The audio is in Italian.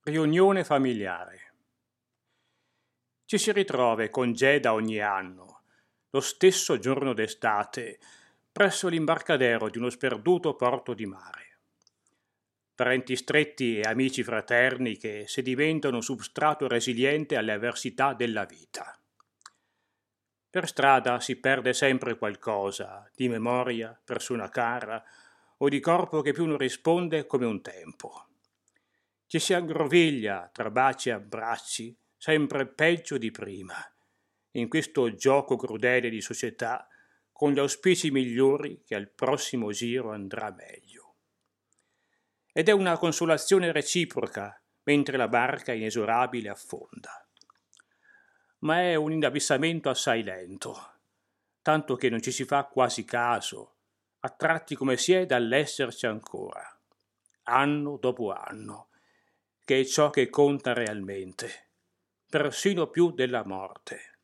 Riunione familiare. Ci si ritrova e congeda ogni anno, lo stesso giorno d'estate, presso l'imbarcadero di uno sperduto porto di mare. Parenti stretti e amici fraterni che sedimentano un substrato resiliente alle avversità della vita. Per strada si perde sempre qualcosa, di memoria, persona cara, o di corpo che più non risponde come un tempo. Ci si aggroviglia tra baci e abbracci, sempre peggio di prima, in questo gioco crudele di società, con gli auspici migliori che al prossimo giro andrà meglio. Ed è una consolazione reciproca, mentre la barca inesorabile affonda. Ma è un inabissamento assai lento, tanto che non ci si fa quasi caso, attratti come si è dall'esserci ancora, anno dopo anno, che è ciò che conta realmente, persino più della morte.